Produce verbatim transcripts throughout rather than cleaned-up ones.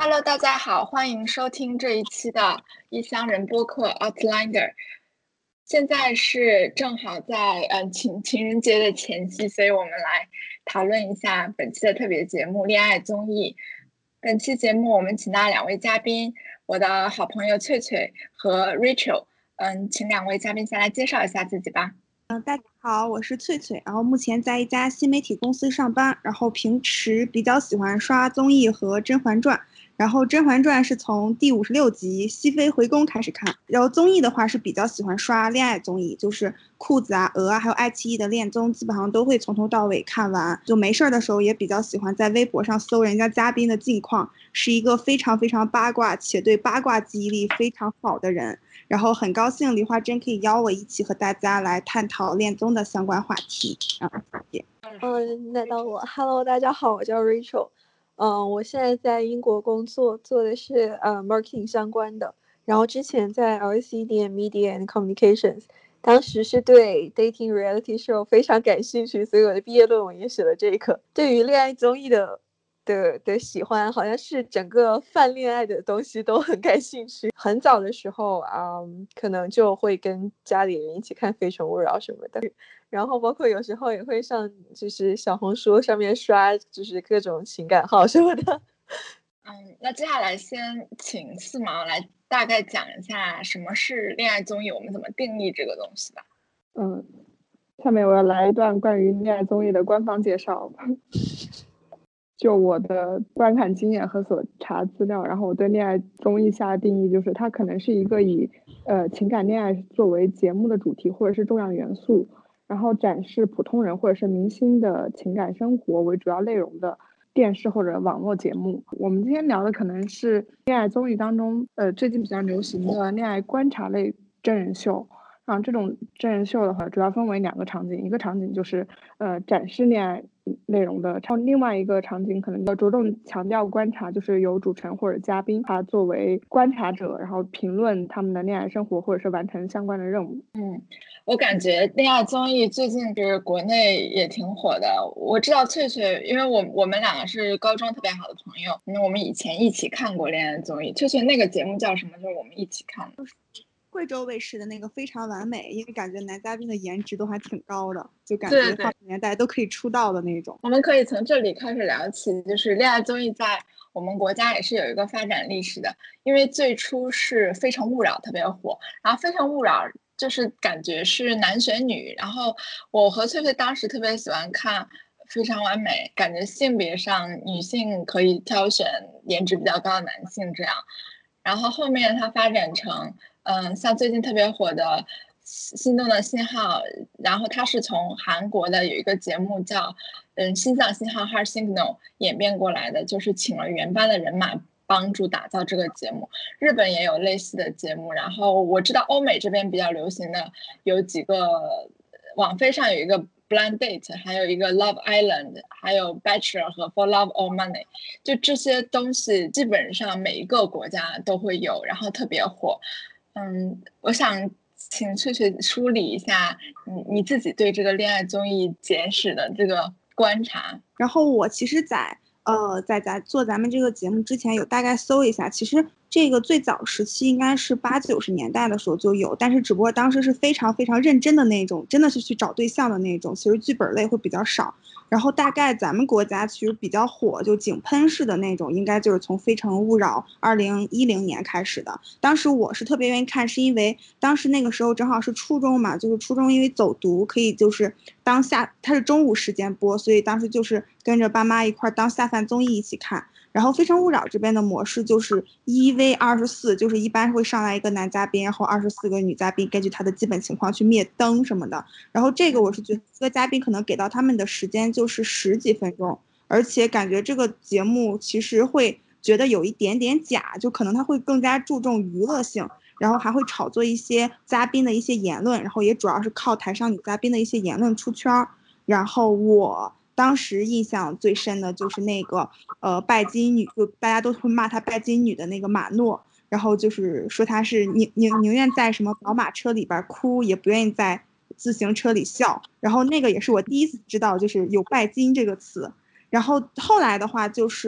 Hello，大家好，欢迎收听这一期的异乡人播客 Outlander。现在是正好在嗯情情人节的前夕，所以我们来讨论一下本期的特别节目恋爱综艺。本期节目我们请到两位嘉宾，我的好朋友翠翠和 Rachel。嗯，请两位嘉宾先来介绍一下自己吧。 嗯，大家好，我是翠翠，然后目前在一家新媒体公司上班，然后平时比较喜欢刷综艺和《甄嬛传》，然后《甄嬛传》是从第五十六集熹妃回宫开始看，然后综艺的话是比较喜欢刷恋爱综艺，就是裤子啊、鹅啊，还有爱奇艺的恋综，基本上都会从头到尾看完。就没事儿的时候也比较喜欢在微博上搜人家嘉宾的近况，是一个非常非常八卦且对八卦记忆力非常好的人。然后很高兴梨花针可以邀我一起和大家来探讨恋综的相关话题。啊，谢谢。 嗯，那到我 ，Hello， 大家好，我叫 Rachel， 嗯，我现在在英国工作，做的是呃 marketing 相关的，然后之前在 L S E D and Media and Communications， 当时是对 dating reality show 非常感兴趣，所以我的毕业论文也写了这个。对于恋爱综艺的的的喜欢，好像是整个泛恋爱的东西都很感兴趣。很早的时候啊、嗯，可能就会跟家里人一起看《非诚勿扰》什么的，然后包括有时候也会上就是小红书上面刷，就是各种情感号什么的。 嗯，那接下来先请四毛来大概讲一下什么是恋爱综艺，我们怎么定义这个东西吧。 嗯，下面我要来一段关于恋爱综艺的官方介绍。就我的观看经验和所查资料，然后我对恋爱综艺下的定义就是，它可能是一个以呃情感恋爱作为节目的主题或者是重要元素，然后展示普通人或者是明星的情感生活为主要内容的电视或者网络节目。我们今天聊的可能是恋爱综艺当中呃最近比较流行的恋爱观察类真人秀。然后这种真人秀的话，主要分为两个场景，一个场景就是呃展示恋爱内容的，然后另外一个场景可能要着重强调观察，就是由主持人或者嘉宾他作为观察者，然后评论他们的恋爱生活或者是完成相关的任务。 嗯，我感觉恋爱综艺最近是国内也挺火的。我知道翠翠，因为我我们两个是高中特别好的朋友，因为我们以前一起看过恋爱综艺。翠翠那个节目叫什么？就是我们一起看的。 贵州卫视的那个非常完美，因为感觉男嘉宾的颜值都还挺高的，就感觉放年代都可以出道的那种。 我们可以从这里开始聊起，就是恋爱综艺在我们国家也是有一个发展历史的。因为最初是《非诚勿扰》特别火，然后《非诚勿扰》就是感觉是男选女，然后我和翠翠当时特别喜欢看《非常完美》，感觉性别上女性可以挑选颜值比较高的男性这样。然后后面它发展成嗯，像最近特别火的心动的信号，然后它是从韩国的有一个节目叫嗯心脏信号 Heart Signal 演变过来的，就是请了原班的人马帮助打造这个节目。日本也有类似的节目，然后我知道欧美这边比较流行的有几个，网飞上有一个Blind Date， 还有一个 Love Island， 还有 Bachelor 和 For Love or Money， 就这些东西基本上每一个国家都会有，然后特别火。嗯，我想请翠翠梳理一下你你自己对这个恋爱综艺简史的这个观察。 然后我其实在呃在咱做咱们这个节目之前有大概搜一下，其实这个最早时期应该是八九十年代的时候就有，但是只不过当时是非常非常认真的那种，真的是去找对象的那种，其实剧本类会比较少。然后大概咱们国家其实比较火就井喷式的那种，应该就是从《非诚勿扰》二零一零年开始的。当时我是特别愿意看，是因为当时那个时候正好是初中嘛，就是初中因为走读可以就是当下它是中午时间播，所以当时就是跟着爸妈一块当下饭综艺一起看。然后《非诚勿扰》这边的模式就是一 v 二十四，就是一般会上来一个男嘉宾，然后二十四个女嘉宾根据他的基本情况去灭灯什么的。然后这个我是觉得一个嘉宾可能给到他们的时间就是十几分钟，而且感觉这个节目其实会觉得有一点点假，就可能他会更加注重娱乐性，然后还会炒作一些嘉宾的一些言论，然后也主要是靠台上女嘉宾的一些言论出圈。然后我当时印象最深的就是那个呃拜金女，就大家都会骂她拜金女的那个马诺，然后就是说她是宁宁宁愿在什么宝马车里边哭，也不愿意在自行车里笑。然后那个也是我第一次知道就是有拜金这个词。然后后来的话就是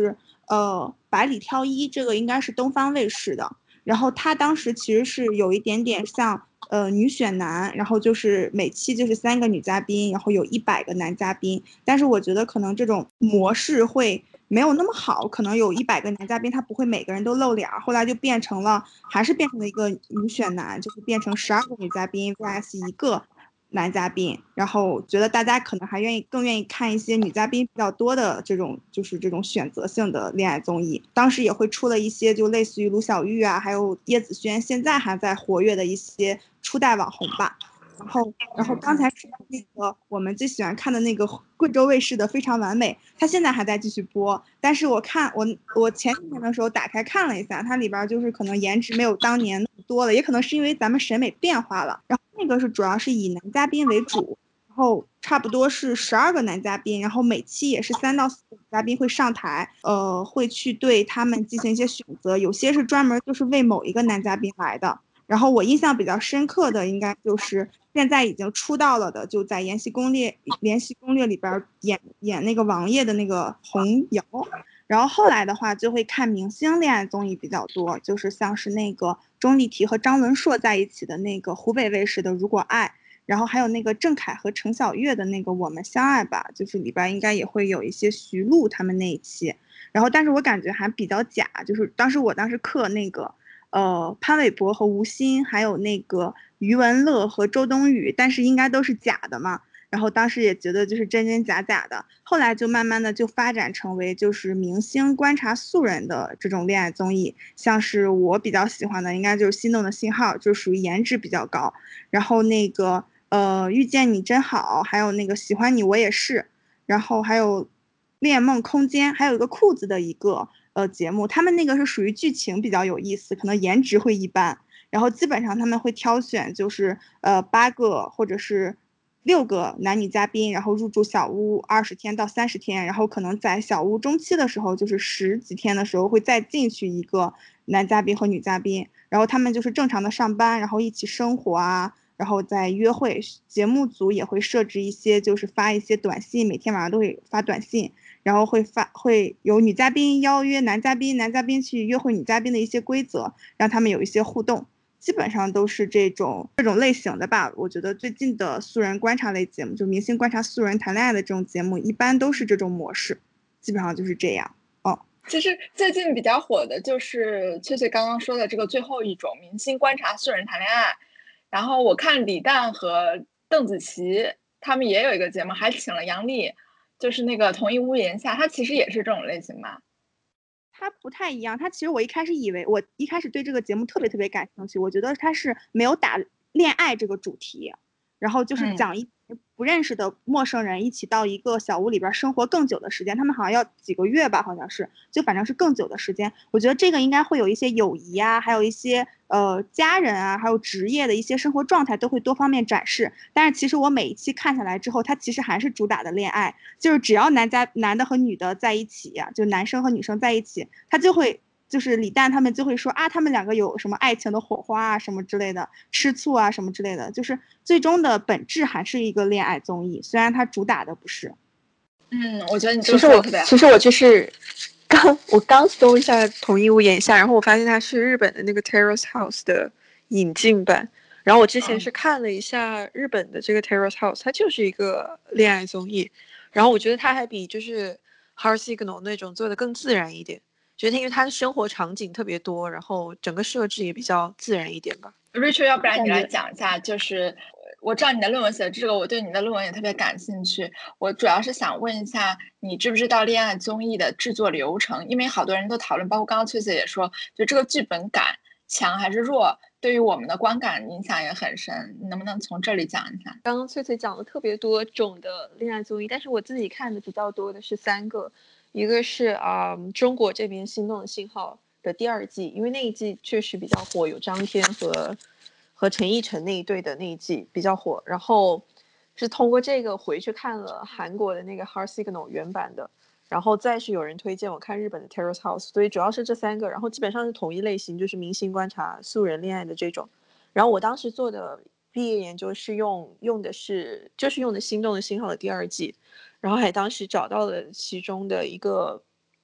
呃百里挑一，这个应该是东方卫视的。然后他当时其实是有一点点像呃女选男，然后就是每期就是三个女嘉宾，然后有一百个男嘉宾。但是我觉得可能这种模式会没有那么好，可能有一百个男嘉宾他不会每个人都露脸，后来就变成了还是变成了一个女选男，就是变成十二个女嘉宾 vs 一个男嘉宾，然后觉得大家可能还愿意更愿意看一些女嘉宾比较多的这种就是这种选择性的恋爱综艺。当时也会出了一些就类似于卢小玉啊，还有叶子轩现在还在活跃的一些初代网红吧。然后，然后刚才说那个我们最喜欢看的那个贵州卫视的《非常完美》，它现在还在继续播。但是我看我我前几天的时候打开看了一下，它里边就是可能颜值没有当年那么多了，也可能是因为咱们审美变化了。然后那个是主要是以男嘉宾为主，然后差不多是十二个男嘉宾，然后每期也是三到四个嘉宾会上台，呃，会去对他们进行一些选择，有些是专门就是为某一个男嘉宾来的。然后我印象比较深刻的应该就是现在已经出道了的，就在《延禧攻略》《延禧攻略》里边演演那个王爷的那个红瑶。然后后来的话就会看明星恋爱综艺比较多，就是像是那个钟丽缇和张文硕在一起的那个湖北卫视的《如果爱》，然后还有那个郑恺和程小月的那个《我们相爱吧》，就是里边应该也会有一些徐璐他们那一期。然后但是我感觉还比较假，就是当时我当时刻那个呃潘玮柏和吴昕，还有那个余文乐和周冬雨，但是应该都是假的嘛。然后当时也觉得就是真真假假的，后来就慢慢的就发展成为就是明星观察素人的这种恋爱综艺，像是我比较喜欢的应该就是心动的信号，就属于颜值比较高，然后那个呃遇见你真好，还有那个喜欢你我也是，然后还有恋梦空间，还有一个裤子的一个呃节目，他们那个是属于剧情比较有意思，可能颜值会一般，然后基本上他们会挑选就是呃八个或者是六个男女嘉宾，然后入住小屋二十天到三十天，然后可能在小屋中期的时候，就是十几天的时候会再进去一个男嘉宾和女嘉宾，然后他们就是正常的上班，然后一起生活啊，然后再约会。节目组也会设置一些，就是发一些短信，每天晚上都会发短信，然后会发会有女嘉宾邀约男嘉宾，男嘉宾去约会女嘉宾的一些规则，让他们有一些互动。基本上都是这种这种类型的吧。我觉得最近的素人观察类节目，就明星观察素人谈恋爱的这种节目，一般都是这种模式，基本上就是这样。哦， 其实最近比较火的就是翠翠刚刚说的这个最后一种明星观察素人谈恋爱。然后我看李诞和邓紫棋他们也有一个节目，还请了杨笠，就是那个同一屋檐下，它其实也是这种类型吧。 它不太一样，它其实我一开始以为，我一开始对这个节目特别特别感兴趣，我觉得它是没有打恋爱这个主题，然后就是讲一不认识的陌生人一起到一个小屋里边生活更久的时间，他们好像要几个月吧，好像是，就反正是更久的时间。我觉得这个应该会有一些友谊啊，还有一些呃家人啊，还有职业的一些生活状态都会多方面展示。但是其实我每一期看下来之后，它其实还是主打的恋爱，就是只要男家男的和女的在一起呀、就男生和女生在一起，他就会。就是李诞他们就会说啊，他们两个有什么爱情的火花啊，什么之类的，吃醋啊什么之类的，就是最终的本质还是一个恋爱综艺，虽然它主打的不是。 嗯，我觉得你其实我其实我就是刚我刚搜一下同一屋檐下，然后我发现它是日本的那个 Terrace House 的引进版。然后我之前是看了一下日本的这个 Terrace House，它就是一个恋爱综艺，然后我觉得它还比就是 Heart Signal 那种做的更自然一点。觉得因为它的生活场景特别多，然后整个设置也比较自然一点吧。 Rachel，要不然你来讲一下，就是我知道你的论文写这个，我对你的论文也特别感兴趣。我主要是想问一下，你知不知道恋爱综艺的制作流程？因为好多人都讨论，包括刚刚翠翠也说，就这个剧本感强还是弱，对于我们的观感影响也很深。你能不能从这里讲一下？ 刚刚翠翠讲了特别多种的恋爱综艺，但是我自己看的比较多的是三个。一个是啊、嗯，中国这边《心动的信号》的第二季，因为那一季确实比较火，有张天和和陈奕晨那一对的那一季比较火。然后是通过这个回去看了韩国的那个《Heart Signal》原版的，然后再是有人推荐我看日本的《Terrace House》，所以主要是这三个，然后基本上是同一类型，就是明星观察素人恋爱的这种。然后我当时做的毕业研究是用用的是就是用的《心动的信号》的第二季。然后还当时找到了其中的一个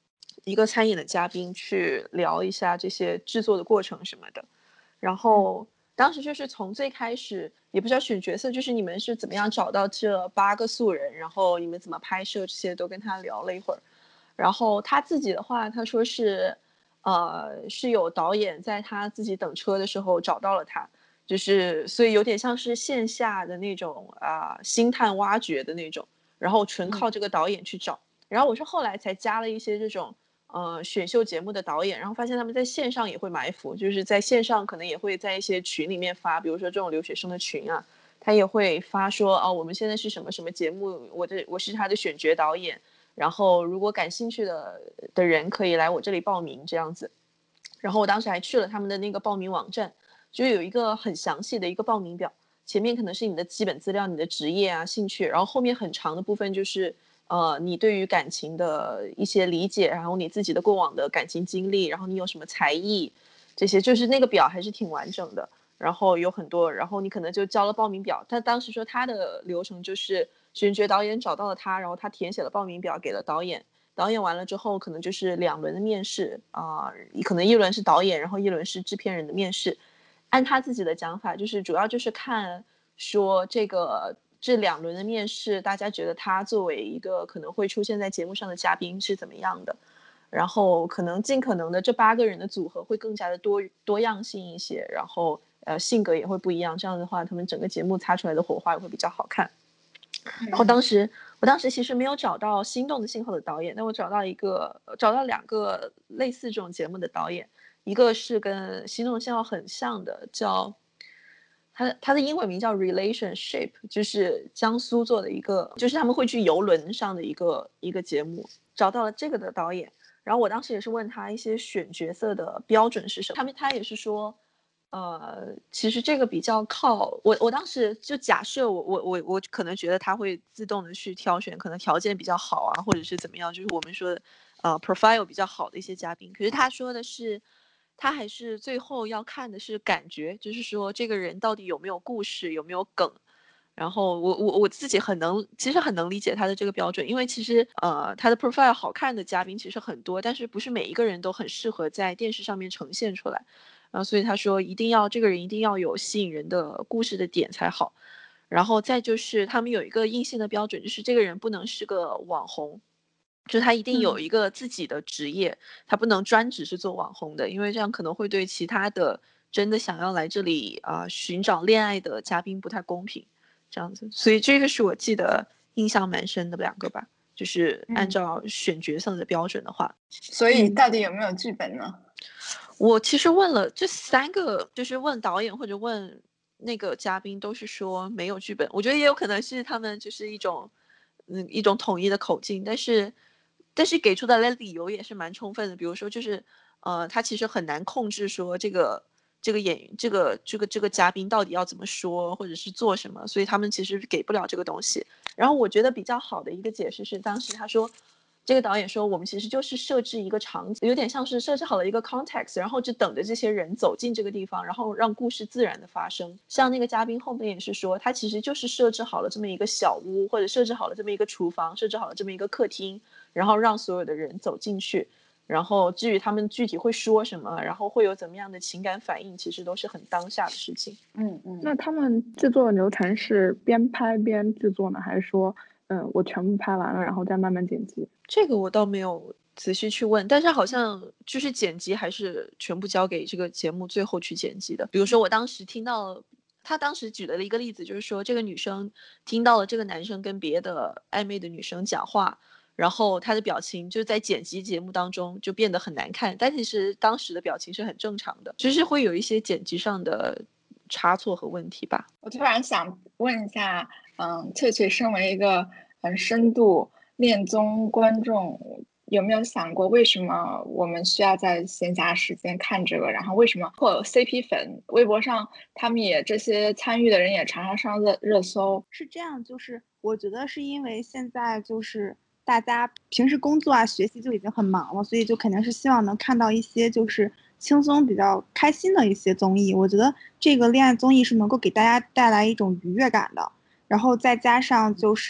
一个参演的嘉宾去聊一下这些制作的过程什么的。然后当时就是从最开始也不知道选角色，就是你们是怎么样找到这八个素人，然后你们怎么拍摄，这些都跟他聊了一会儿。然后他自己的话，他说是呃是有导演在他自己等车的时候找到了他，就是所以有点像是线下的那种啊、呃、星探挖掘的那种，然后纯靠这个导演去找。嗯、然后我是后来才加了一些这种呃选秀节目的导演，然后发现他们在线上也会埋伏，就是在线上可能也会在一些群里面发，比如说这种留学生的群啊，他也会发说哦，我们现在是什么什么节目，我的我是他的选角导演。然后如果感兴趣的的人可以来我这里报名这样子。然后我当时还去了他们的那个报名网站，就有一个很详细的一个报名表，前面可能是你的基本资料，你的职业啊兴趣，然后后面很长的部分就是呃你对于感情的一些理解，然后你自己的过往的感情经历，然后你有什么才艺，这些就是那个表还是挺完整的。然后有很多，然后你可能就交了报名表。他当时说他的流程就是选角导演找到了他，然后他填写了报名表给了导演，导演完了之后可能就是两轮的面试啊、呃，可能一轮是导演，然后一轮是制片人的面试。按他自己的讲法，就是主要就是看说这个这两轮的面试，大家觉得他作为一个可能会出现在节目上的嘉宾是怎么样的。然后可能尽可能的这八个人的组合会更加的多多样性一些，然后呃性格也会不一样，这样的话他们整个节目擦出来的火花也会比较好看。然后当时我当时其实没有找到心动的信号的导演，但我找到一个找到两个类似这种节目的导演，一个是跟心动的信号很像的，叫他他的英文名叫 Relationship， 就是江苏做的一个，就是他们会去游轮上的一个一个节目，找到了这个的导演。然后我当时也是问他一些选角色的标准是什么，他们他也是说，呃，其实这个比较靠我，我当时就假设我我我我可能觉得他会自动的去挑选可能条件比较好啊，或者是怎么样，就是我们说的呃 profile 比较好的一些嘉宾。可是他说的是，他还是最后要看的是感觉，就是说这个人到底有没有故事，有没有梗。然后我我我自己很能，其实很能理解他的这个标准，因为其实呃他的 profile 好看的嘉宾其实很多，但是不是每一个人都很适合在电视上面呈现出来，然后所以他说一定要这个人一定要有吸引人的故事的点才好，然后再就是他们有一个硬性的标准，就是这个人不能是个网红，就是他一定有一个自己的职业，嗯、他不能专只是做网红的，因为这样可能会对其他的真的想要来这里啊、呃、寻找恋爱的嘉宾不太公平。这样子，所以这个是我记得印象蛮深的两个吧，就是按照选角色的标准的话。 嗯、所以到底有没有剧本呢？ 我其实问了这三个，就是问导演或者问那个嘉宾，都是说没有剧本。我觉得也有可能是他们就是一种嗯一种统一的口径，但是但是给出的理由也是蛮充分的。比如说就是呃，他其实很难控制说这个。这个演员，这个这个这个嘉宾到底要怎么说，或者是做什么，所以他们其实给不了这个东西。然后我觉得比较好的一个解释是，当时他说，这个导演说，我们其实就是设置一个场景，有点像是设置好了一个 context， 然后就等着这些人走进这个地方，然后让故事自然的发生。像那个嘉宾后面也是说，他其实就是设置好了这么一个小屋，或者设置好了这么一个厨房，设置好了这么一个客厅，然后让所有的人走进去。然后至于他们具体会说什么，然后会有怎么样的情感反应，其实都是很当下的事情。 嗯嗯。 那他们制作的流程是边拍边制作呢，还是说，嗯，我全部拍完了，然后再慢慢剪辑？ 这个我倒没有仔细去问，但是好像就是剪辑还是全部交给这个节目最后去剪辑的。比如说我当时听到他当时举了一个例子，就是说这个女生听到了这个男生跟别的暧昧的女生讲话。然后他的表情就在剪辑节目当中就变得很难看，但其实当时的表情是很正常的，就是会有一些剪辑上的差错和问题吧。 我突然想问一下，嗯，翠翠身为一个很深度恋综观众，有没有想过为什么我们需要在闲暇时间看这个？然后为什么会有 C P 粉？微博上他们也这些参与的人也常常上热热搜。 是这样，就是我觉得是因为现在就是大家平时工作啊、学习就已经很忙了，所以就肯定是希望能看到一些就是轻松、比较开心的一些综艺。我觉得这个恋爱综艺是能够给大家带来一种愉悦感的。然后再加上就是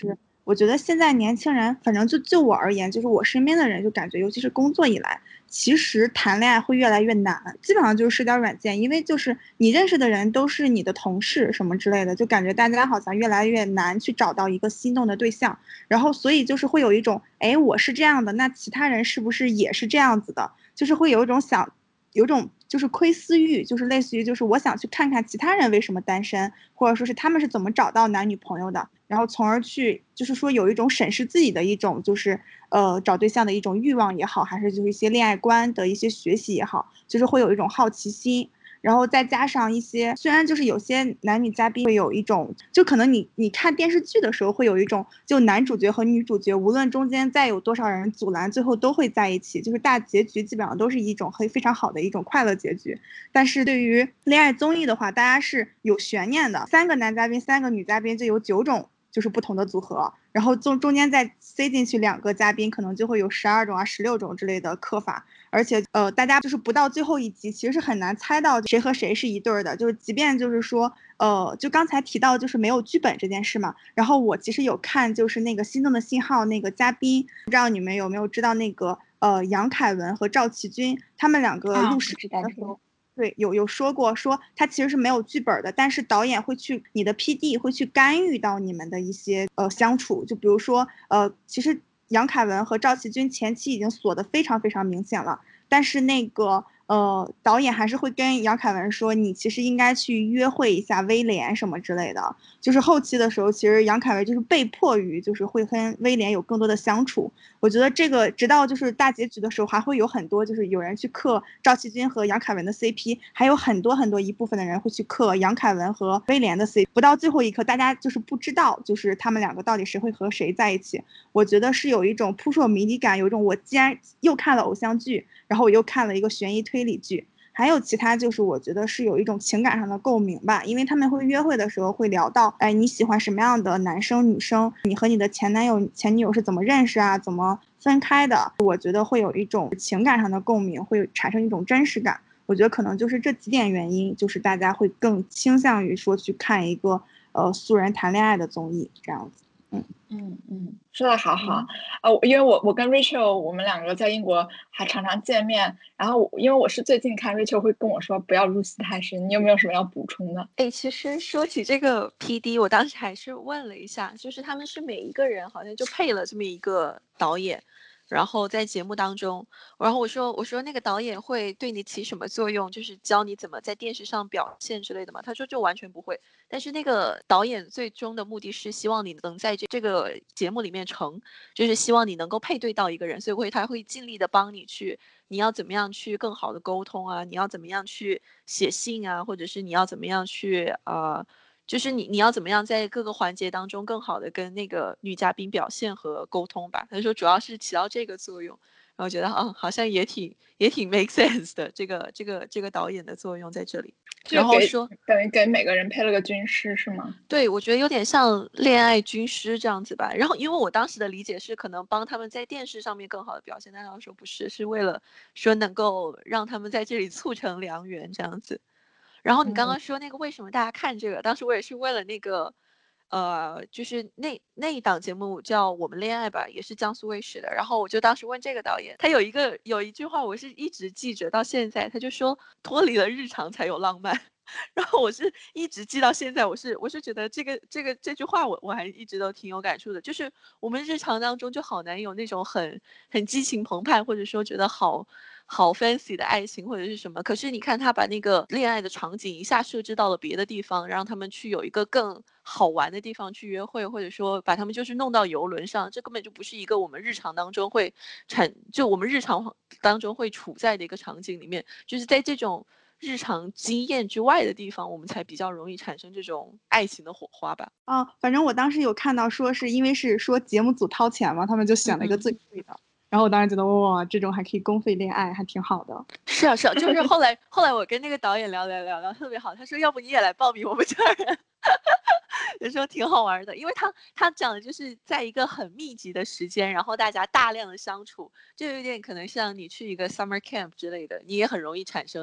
我觉得现在年轻人，反正就就我而言，就是我身边的人就感觉，尤其是工作以来，其实谈恋爱会越来越难，基本上就是社交软件，因为就是你认识的人都是你的同事什么之类的，就感觉大家好像越来越难去找到一个心动的对象，然后所以就是会有一种，哎，我是这样的，那其他人是不是也是这样子的？就是会有一种想，有种就是窥私欲，就是类似于就是我想去看看其他人为什么单身，或者说是他们是怎么找到男女朋友的，然后从而去就是说有一种审视自己的一种就是呃找对象的一种欲望也好，还是就是一些恋爱观的一些学习也好，就是会有一种好奇心。然后再加上一些，虽然就是有些男女嘉宾会有一种，就可能你你看电视剧的时候会有一种，就男主角和女主角无论中间再有多少人阻拦，最后都会在一起，就是大结局基本上都是一种很非常好的一种快乐结局。但是对于恋爱综艺的话，大家是有悬念的，三个男嘉宾，三个女嘉宾就有九种就是不同的组合，然后中中间再塞进去两个嘉宾，可能就会有十二种啊、十六种之类的刻法。而且呃，大家就是不到最后一集，其实是很难猜到谁和谁是一对儿的。就是即便就是说，呃，就刚才提到就是没有剧本这件事嘛。然后我其实有看就是那个《心动的信号》那个嘉宾，不知道你们有没有知道那个呃杨凯文和赵启军他们两个录视频的时候。对，有有说过，说他其实是没有剧本的，但是导演会去，你的 P D 会去干预到你们的一些呃相处，就比如说呃，其实杨凯文和赵启军前期已经锁得非常非常明显了，但是那个呃导演还是会跟杨凯文说，你其实应该去约会一下威廉什么之类的。就是后期的时候，其实杨凯文就是被迫于就是会跟威廉有更多的相处。我觉得这个直到就是大结局的时候，还会有很多就是有人去嗑赵启军和杨凯文的 C P， 还有很多很多一部分的人会去嗑杨凯文和威廉的 C P。不到最后一刻，大家就是不知道就是他们两个到底谁会和谁在一起。我觉得是有一种扑朔迷离感，有一种我既然又看了偶像剧，然后我又看了一个悬疑推理剧。还有其他就是我觉得是有一种情感上的共鸣吧，因为他们会约会的时候会聊到，哎，你喜欢什么样的男生女生，你和你的前男友前女友是怎么认识啊，怎么分开的，我觉得会有一种情感上的共鸣，会产生一种真实感。我觉得可能就是这几点原因，就是大家会更倾向于说去看一个呃素人谈恋爱的综艺这样子。嗯嗯嗯，说的好好，呃，因为我我跟 Rachel 我们两个在英国还常常见面，然后因为我是最近看 Rachel 会跟我说不要入戏太深，你有没有什么要补充的？ 哎，其实说起这个 P D，我当时还是问了一下，就是他们是每一个人好像就配了这么一个导演，然后在节目当中，然后我说我说那个导演会对你起什么作用，就是教你怎么在电视上表现之类的吗？他说就完全不会，但是那个导演最终的目的是希望你能在这这个节目里面成，就是希望你能够配对到一个人，所以会他会尽力的帮你去，你要怎么样去更好的沟通啊，你要怎么样去写信啊，或者是你要怎么样去呃。就是你你要怎么样在各个环节当中更好的跟那个女嘉宾表现和沟通吧？他说主要是起到这个作用，然后觉得嗯好像也挺也挺 make sense 的，这个这个这个导演的作用在这里。然后说等于给每个人配了个军师是吗？ 对，我觉得有点像恋爱军师这样子吧。然后因为我当时的理解是可能帮他们在电视上面更好的表现，但他说不是，是为了说能够让他们在这里促成良缘这样子。然后你刚刚说那个为什么大家看这个，当时我也是为了那个，呃，就是那那一档节目叫《我们恋爱吧》，也是江苏卫视的。然后我就当时问这个导演，他有一个有一句话我是一直记着到现在，他就说脱离了日常才有浪漫。然后我是一直记到现在，我是我是觉得这个这个这句话我我还一直都挺有感触的，就是我们日常当中就好难有那种很很激情澎湃，或者说觉得好好 fancy 的爱情或者是什么。可是你看他把那个恋爱的场景一下设置到了别的地方，让他们去有一个更好玩的地方去约会，或者说把他们就是弄到游轮上，这根本就不是一个我们日常当中会产就我们日常当中会处在的一个场景里面，就是在这种日常经验之外的地方，我们才比较容易产生这种爱情的火花吧。 啊，反正我当时有看到说是因为是说节目组掏钱嘛，他们就选了一个最贵的。嗯、然后我当时觉得哇，这种还可以公费恋爱，还挺好的。 是啊是啊，就是后来后来我跟那个导演聊聊聊聊特别好，他说要不你也来报名我们这儿。有时候挺好玩的，因为他他讲的就是在一个很密集的时间，然后大家大量的相处，就有点可能像你去一个 summer camp 之类的，你也很容易产生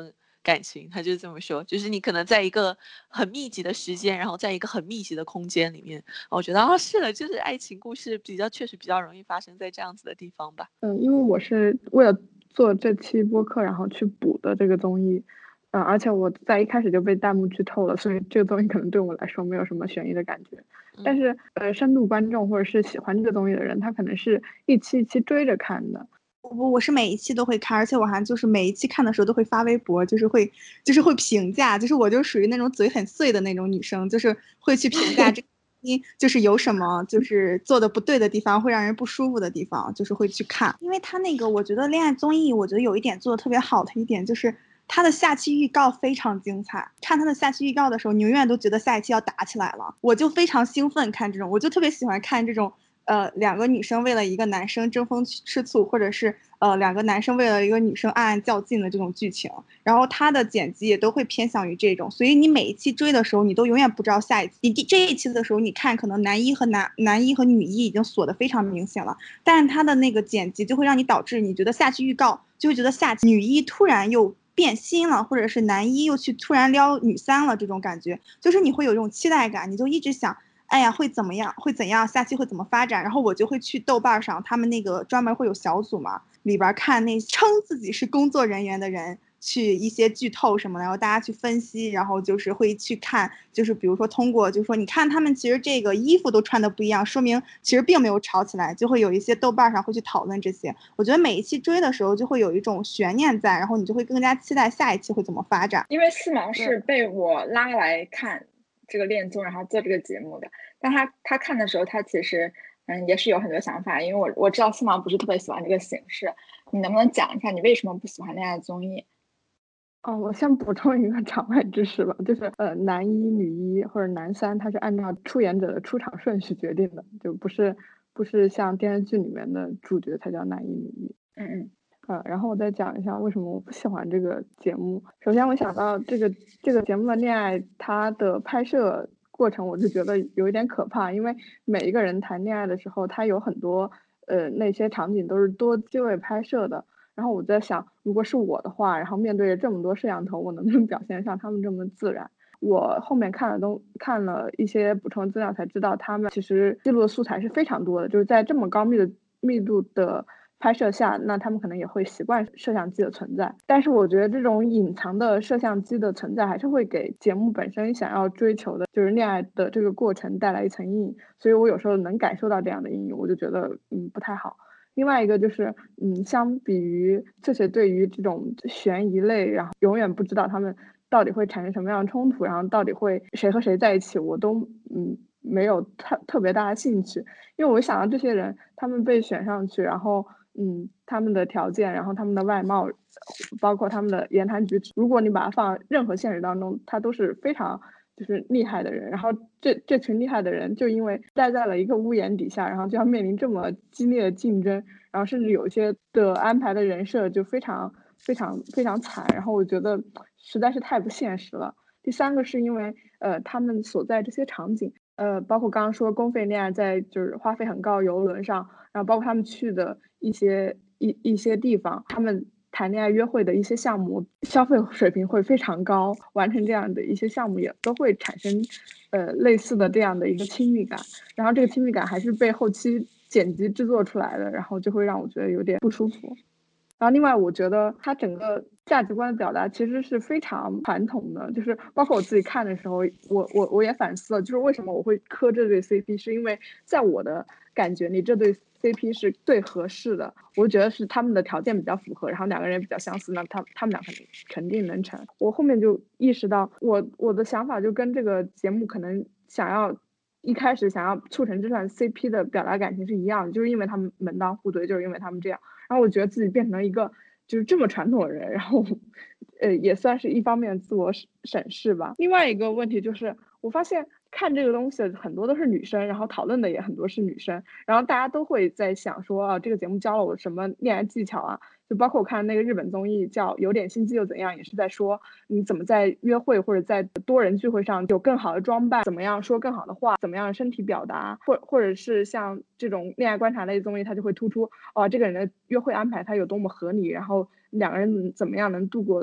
感情，他就这么说，就是你可能在一个很密集的时间，然后在一个很密集的空间里面，我觉得啊是的，就是爱情故事比较确实比较容易发生在这样子的地方吧。 嗯，因为我是为了做这期播客，然后去补的这个综艺，嗯，而且我在一开始就被弹幕剧透了，所以这个综艺可能对我来说没有什么悬疑的感觉。但是呃，深度观众或者是喜欢这个综艺的人，他可能是一期一期追着看的。 我我是每一期都会看，而且我还就是每一期看的时候都会发微博，就是会就是会评价，就是我就属于那种嘴很碎的那种女生，就是会去评价这个就是有什么就是做的不对的地方，会让人不舒服的地方，就是会去看。因为他那个我觉得恋爱综艺，我觉得有一点做的特别好的一点就是他的下期预告非常精彩。看他的下期预告的时候，你永远都觉得下一期要打起来了，我就非常兴奋看这种，我就特别喜欢看这种。呃，两个女生为了一个男生争风吃醋，或者是呃两个男生为了一个女生暗暗较劲的这种剧情，然后他的剪辑也都会偏向于这种，所以你每一期追的时候，你都永远不知道下一期。你这一期的时候，你看可能男一和男男一和女一已经锁得非常明显了，但是他的那个剪辑就会让你导致你觉得下期预告就会觉得下期女一突然又变心了，或者是男一又去突然撩女三了，这种感觉就是你会有这种期待感，你就一直想。哎呀，会怎么样？会怎样？下期会怎么发展？然后我就会去豆瓣上，他们那个专门会有小组嘛，里边看那称自己是工作人员的人去一些剧透什么的，然后大家去分析，然后就是会去看，就是比如说通过，就是说你看他们其实这个衣服都穿的不一样，说明其实并没有吵起来，就会有一些豆瓣上会去讨论这些。我觉得每一期追的时候就会有一种悬念在，然后你就会更加期待下一期会怎么发展。 因为四毛是被我拉来看这个恋综，然后做这个节目的，但他他看的时候，他其实嗯也是有很多想法，因为我我知道四毛不是特别喜欢这个形式，你能不能讲一下你为什么不喜欢恋爱综艺？ 哦，我先补充一个场外知识吧，就是呃，男一、女一或者男三，他是按照出演者的出场顺序决定的，就不是不是像电视剧里面的主角才叫男一、女一。 嗯嗯。 呃，然后我再讲一下为什么我不喜欢这个节目。首先，我想到这个这个节目的恋爱，它的拍摄过程，我就觉得有一点可怕，因为每一个人谈恋爱的时候，他有很多呃那些场景都是多机位拍摄的。然后我在想，如果是我的话，然后面对着这么多摄像头，我能不能表现像他们这么自然？我后面看了都看了一些补充资料，才知道他们其实记录的素材是非常多的，就是在这么高密的密度的拍摄下，那他们可能也会习惯摄像机的存在。但是我觉得这种隐藏的摄像机的存在，还是会给节目本身想要追求的，就是恋爱的这个过程带来一层阴影。所以我有时候能感受到这样的阴影，我就觉得嗯不太好。另外一个就是，嗯，相比于这些对于这种悬疑类，然后永远不知道他们到底会产生什么样的冲突，然后到底会谁和谁在一起，我都嗯没有特特别大的兴趣，因为我想到这些人，他们被选上去，然后嗯他们的条件，然后他们的外貌，包括他们的言谈举止，如果你把它放任何现实当中，他都是非常就是厉害的人，然后这这群厉害的人就因为待在了一个屋檐底下，然后就要面临这么激烈的竞争，然后甚至有一些的安排的人设就非常非常非常惨，然后我觉得实在是太不现实了。第三个是因为呃他们所在这些场景，呃包括刚刚说公费恋爱在就是花费很高游轮上，然后包括他们去的一些一一些地方，他们谈恋爱约会的一些项目，消费水平会非常高，完成这样的一些项目也都会产生，呃，类似的这样的一个亲密感，然后这个亲密感还是被后期剪辑制作出来的，然后就会让我觉得有点不舒服。然后另外，我觉得它整个价值观的表达其实是非常传统的，就是包括我自己看的时候，我我我也反思了，就是为什么我会磕这对 C P， 是因为在我的感觉里，这对 C P 是最合适的，我觉得是他们的条件比较符合，然后两个人比较相似，那他他们俩肯定肯定能成。我后面就意识到，我我的想法就跟这个节目可能想要一开始想要促成这段 C P 的表达感情是一样的，就是因为他们门当户对，就是因为他们这样。然后我觉得自己变成了一个就是这么传统的人，然后呃也算是一方面自我审视吧。另外一个问题就是我发现看这个东西很多都是女生，然后讨论的也很多是女生，然后大家都会在想说啊，这个节目教了我什么恋爱技巧啊，就包括我看那个日本综艺叫有点心机又怎样，也是在说你怎么在约会或者在多人聚会上有更好的装扮，怎么样说更好的话，怎么样身体表达，或或者是像这种恋爱观察类综艺，它就会突出哦这个人的约会安排他有多么合理，然后两个人怎么样能度过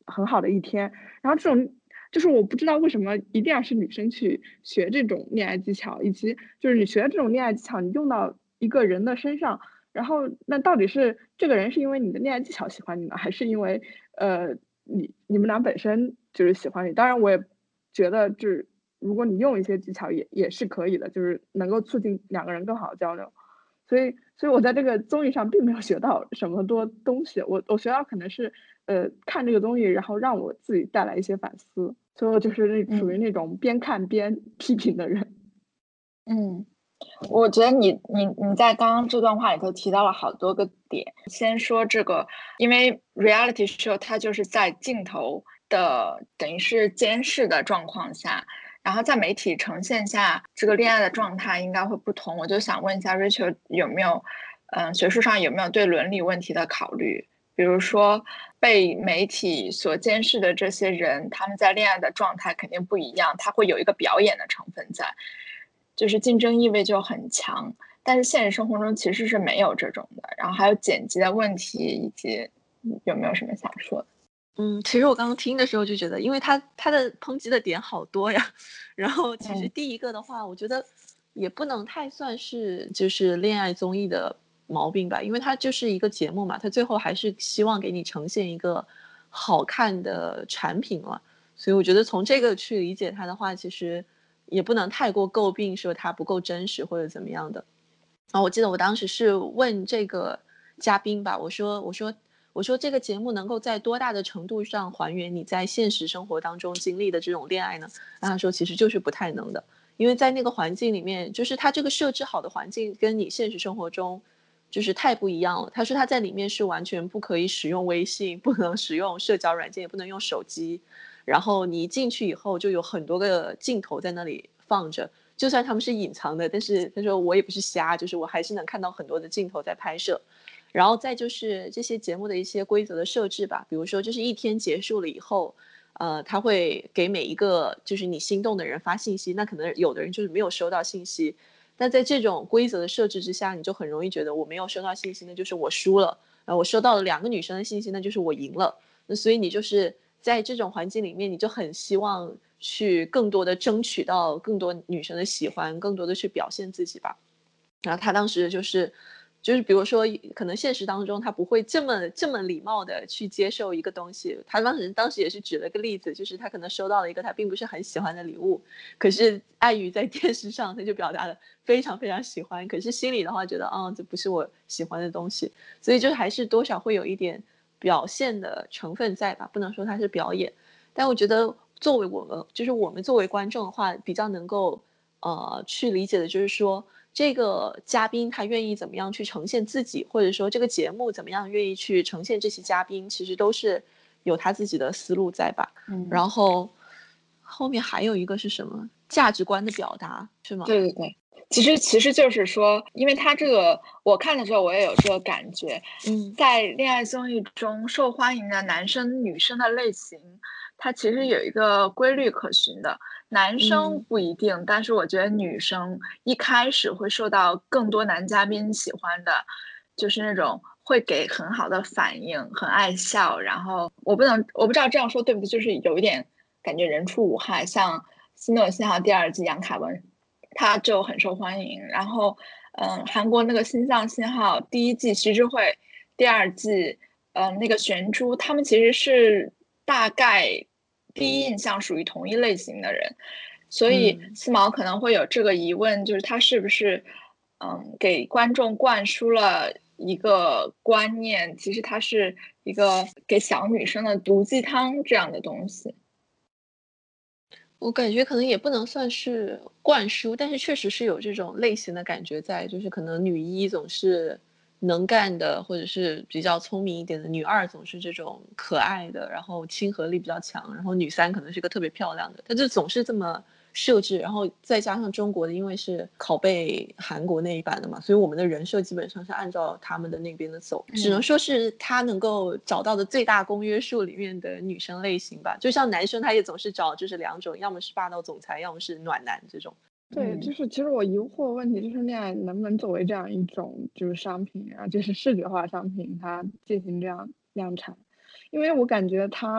很好的一天。然后这种就是我不知道为什么一定要是女生去学这种恋爱技巧，以及就是你学这种恋爱技巧，你用到一个人的身上，然后那到底是这个人是因为你的恋爱技巧喜欢你呢，还是因为呃你你们俩本身就是喜欢你？当然我也觉得就是如果你用一些技巧也也是可以的，就是能够促进两个人更好的交流。所以，所以我在这个综艺上并没有学到什么多东西，我我学到可能是，呃，看这个综艺，然后让我自己带来一些反思，所以我就是那属于那种边看边批评的人。 嗯，我觉得你你你在刚刚这段话里头提到了好多个点。先说这个，因为 reality show 它就是在镜头的等于是监视的状况下。然后在媒体呈现下，这个恋爱的状态应该会不同。我就想问一下 Rachel 有没有，嗯、呃，学术上有没有对伦理问题的考虑？比如说被媒体所监视的这些人，他们在恋爱的状态肯定不一样，他会有一个表演的成分在，就是竞争意味就很强。但是现实生活中其实是没有这种的。然后还有剪辑的问题，以及有没有什么想说的？ 嗯，其实我刚刚听的时候就觉得，因为他他的抨击的点好多呀。然后其实第一个的话，我觉得也不能太算是就是恋爱综艺的毛病吧，因为它就是一个节目嘛，它最后还是希望给你呈现一个好看的产品嘛。所以我觉得从这个去理解它的话，其实也不能太过诟病说它不够真实或者怎么样的。然后我记得我当时是问这个嘉宾吧，我说我说我说这个节目能够在多大的程度上还原你在现实生活当中经历的这种恋爱呢？然后他说其实就是不太能的，因为在那个环境里面，就是他这个设置好的环境跟你现实生活中就是太不一样了。他说他在里面是完全不可以使用微信，不能使用社交软件，也不能用手机。然后你一进去以后就有很多个镜头在那里放着，就算他们是隐藏的，但是他说我也不是瞎，就是我还是能看到很多的镜头在拍摄。然后再就是这些节目的一些规则的设置吧，比如说就是一天结束了以后，呃，他会给每一个就是你心动的人发信息，那可能有的人就是没有收到信息。但在这种规则的设置之下，你就很容易觉得我没有收到信息，那就是我输了；呃，我收到了两个女生的信息，那就是我赢了。那所以你就是在这种环境里面，你就很希望去更多的争取到更多女生的喜欢，更多的去表现自己吧。然后他当时就是就是比如说可能现实当中他不会这么这么礼貌的去接受一个东西。他当时当时也是举了个例子，就是他可能收到了一个他并不是很喜欢的礼物，可是碍于在电视上他就表达了非常非常喜欢，可是心里的话觉得啊、哦、这不是我喜欢的东西。所以就还是多少会有一点表现的成分在吧，不能说它是表演。但我觉得作为我们就是我们作为观众的话，比较能够呃去理解的就是说，这个嘉宾他愿意怎么样去呈现自己，或者说这个节目怎么样愿意去呈现这些嘉宾，其实都是有他自己的思路在吧。 嗯， 然后后面还有一个是什么价值观的表达是吗？ 对对对，其实其实就是说，因为他这个我看的时候我也有这个感觉， 嗯， 在恋爱综艺中受欢迎的男生女生的类型，它其实有一个规律可循的。男生嗯不一定，但是我觉得女生一开始会受到更多男嘉宾喜欢的，就是那种会给很好的反应，很爱笑。然后我不能，我不知道这样说对不对，就是有一点感觉人畜无害。像《新的信号》第二季杨凯文，他就很受欢迎。然后，嗯，韩国那个《心脏信号》第一季徐智慧，第二季，嗯，那个玄珠，他们其实是大概第一印象属于同一类型的人。所以嗯思毛可能会有这个疑问，就是他是不是嗯给观众灌输了一个观念，其实它是一个给小女生的毒鸡汤这样的东西。 我感觉可能也不能算是灌输，但是确实是有这种类型的感觉在，就是可能女一总是能干的，或者是比较聪明一点的，女二总是这种可爱的，然后亲和力比较强，然后女三可能是个特别漂亮的，她就总是这么设置。然后再加上中国的，因为是拷贝韩国那一版的嘛，所以我们的人设基本上是按照他们的那边的走，只能说是他能够找到的最大公约数里面的女生类型吧。就像男生他也总是找就是两种，要么是霸道总裁，要么是暖男这种。 对，就是其实我疑惑问题就是恋爱能不能作为这样一种就是商品啊，就是视觉化商品，它进行这样量产，因为我感觉它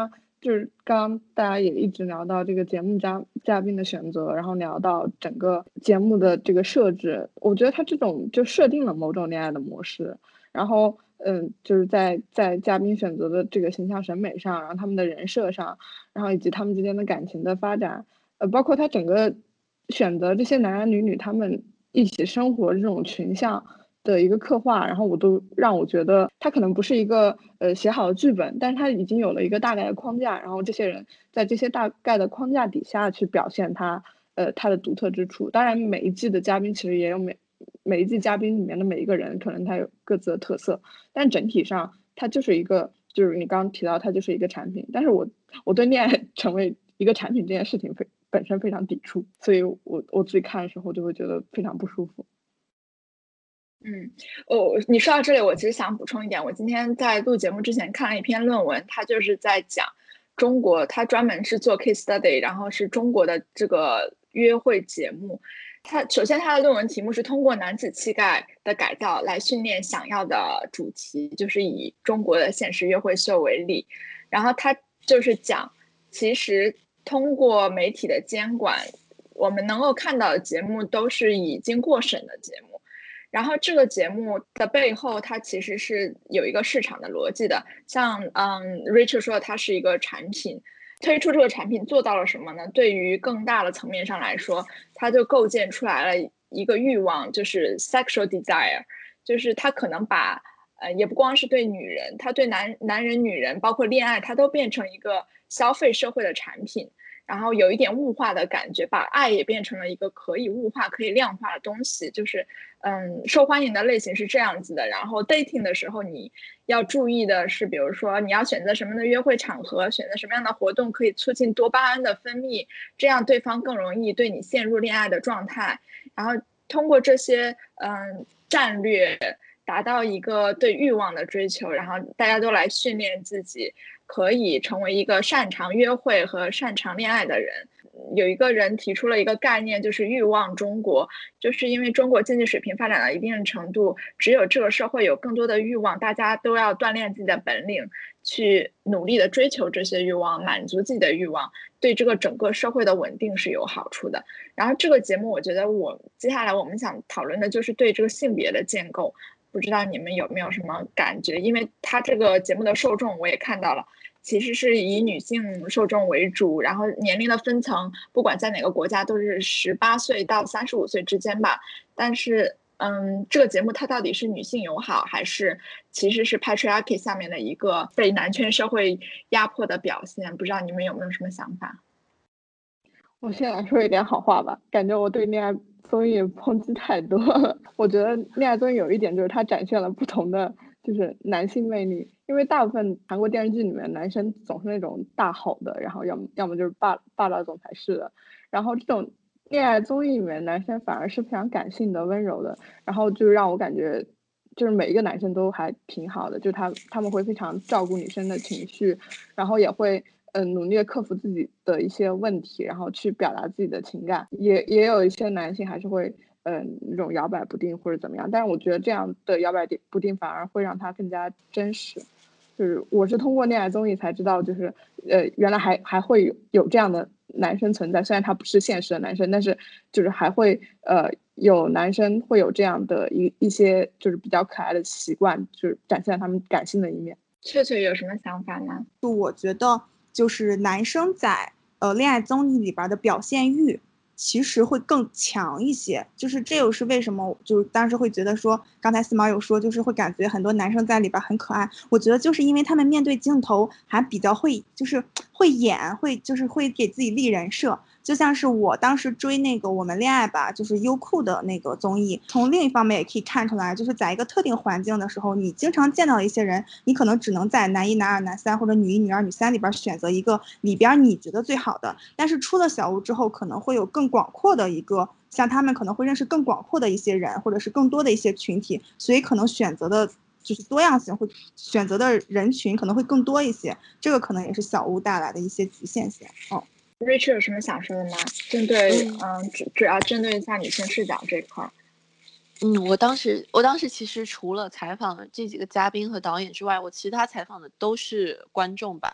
就是刚刚大家也一直聊到这个节目嘉嘉宾的选择，然后聊到整个节目的这个设置，我觉得他这种就设定了某种恋爱的模式，然后嗯，就是在在嘉宾选择的这个形象审美上，然后他们的人设上，然后以及他们之间的感情的发展，呃，包括他整个选择这些男男女女他们一起生活这种群像的一个刻画，然后我都让我觉得他可能不是一个呃写好的剧本，但是他已经有了一个大概的框架，然后这些人在这些大概的框架底下去表现他呃他的独特之处。当然每一季的嘉宾其实也有每每一季嘉宾里面的每一个人可能他有各自的特色，但整体上它就是一个就是你刚刚提到它就是一个产品，但是我我对恋爱成为一个产品这件事情非本身非常抵触，所以我我自己看的时候就会觉得非常不舒服。 嗯，哦，你说到这里，我其实想补充一点，我今天在录节目之前看了一篇论文，它就是在讲中国，它专门是做 case study，然后是中国的这个约会节目。它首先它的论文题目是通过男子气概的改造来训练想要的主题，就是以中国的现实约会秀为例，然后它就是讲，其实通过媒体的监管，我们能够看到的节目都是已经过审的节目。然后这个节目的背后，它其实是有一个市场的逻辑的。像嗯 ，Rachel 说它是一个产品，推出这个产品做到了什么呢？对于更大的层面上来说，它就构建出来了一个欲望，就是 sexual desire，就是它可能把呃，也不光是对女人，它对男男人、女人，包括恋爱，它都变成一个消费社会的产品。然后有一点物化的感觉，把爱也变成了一个可以物化、可以量化的东西，就是，嗯，受欢迎的类型是这样子的。然后 dating 的时候，你要注意的是，比如说你要选择什么样的约会场合，选择什么样的活动可以促进多巴胺的分泌，这样对方更容易对你陷入恋爱的状态。然后通过这些嗯战略，达到一个对欲望的追求，然后大家都来训练自己。可以成为一个擅长约会和擅长恋爱的人。有一个人提出了一个概念，就是欲望中国，就是因为中国经济水平发展到一定程度，只有这个社会有更多的欲望，大家都要锻炼自己的本领，去努力的追求这些欲望，满足自己的欲望，对这个整个社会的稳定是有好处的。然后这个节目，我觉得我接下来我们想讨论的就是对这个性别的建构。不知道你们有没有什么感觉？因为他这个节目的受众我也看到了，其实是以女性受众为主，然后年龄的分层，不管在哪个国家都是十八岁到三十五岁之间吧。但是，嗯，这个节目它到底是女性友好，还是其实是 patriarchy 下面的一个被男权社会压迫的表现？不知道你们有没有什么想法？ 我先来说一点好话吧，感觉我对恋爱综艺抨击太多了。我觉得恋爱综艺有一点就是它展现了不同的就是男性魅力，因为大部分韩国电视剧里面男生总是那种大吼的，然后要么要么就是霸霸道总裁式的，然后这种恋爱综艺里面男生反而是非常感性的、温柔的，然后就让我感觉就是每一个男生都还挺好的，就他他们会非常照顾女生的情绪，然后也会嗯、呃、努力的克服自己的一些问题，然后去表达自己的情感，也也有一些男性还是会嗯、呃、那种摇摆不定或者怎么样，但是我觉得这样的摇摆不定反而会让他更加真实。就是我是通过恋爱综艺才知道，就是呃原来还还会有有这样的男生存在，虽然他不是现实的男生，但是就是还会呃有男生会有这样的一一些就是比较可爱的习惯，就是展现他们感性的一面。 雀雀有什么想法呢？ 就我觉得就是男生在呃恋爱综艺里边的表现欲其实会更强一些，就是这又是为什么？就是当时会觉得说，刚才四毛有说，就是会感觉很多男生在里边很可爱。我觉得就是因为他们面对镜头还比较会，就是会演，会就是会给自己立人设。就像是我当时追那个《我们恋爱吧》，就是优酷的那个综艺，从另一方面也可以看出来，就是在一个特定环境的时候，你经常见到一些人，你可能只能在男一、男二、男三或者女一、女二、女三里边选择一个里边你觉得最好的，但是出了小屋之后，可能会有更广阔的一个，像他们可能会认识更广阔的一些人，或者是更多的一些群体，所以可能选择的就是多样性，会选择的人群可能会更多一些，这个可能也是小屋带来的一些局限性。嗯。 Rachel 有什么想说的吗？针对嗯嗯主主要针对一下女性视角这一块。 嗯，我当时我当时其实除了采访这几个嘉宾和导演之外，我其他采访的都是观众吧。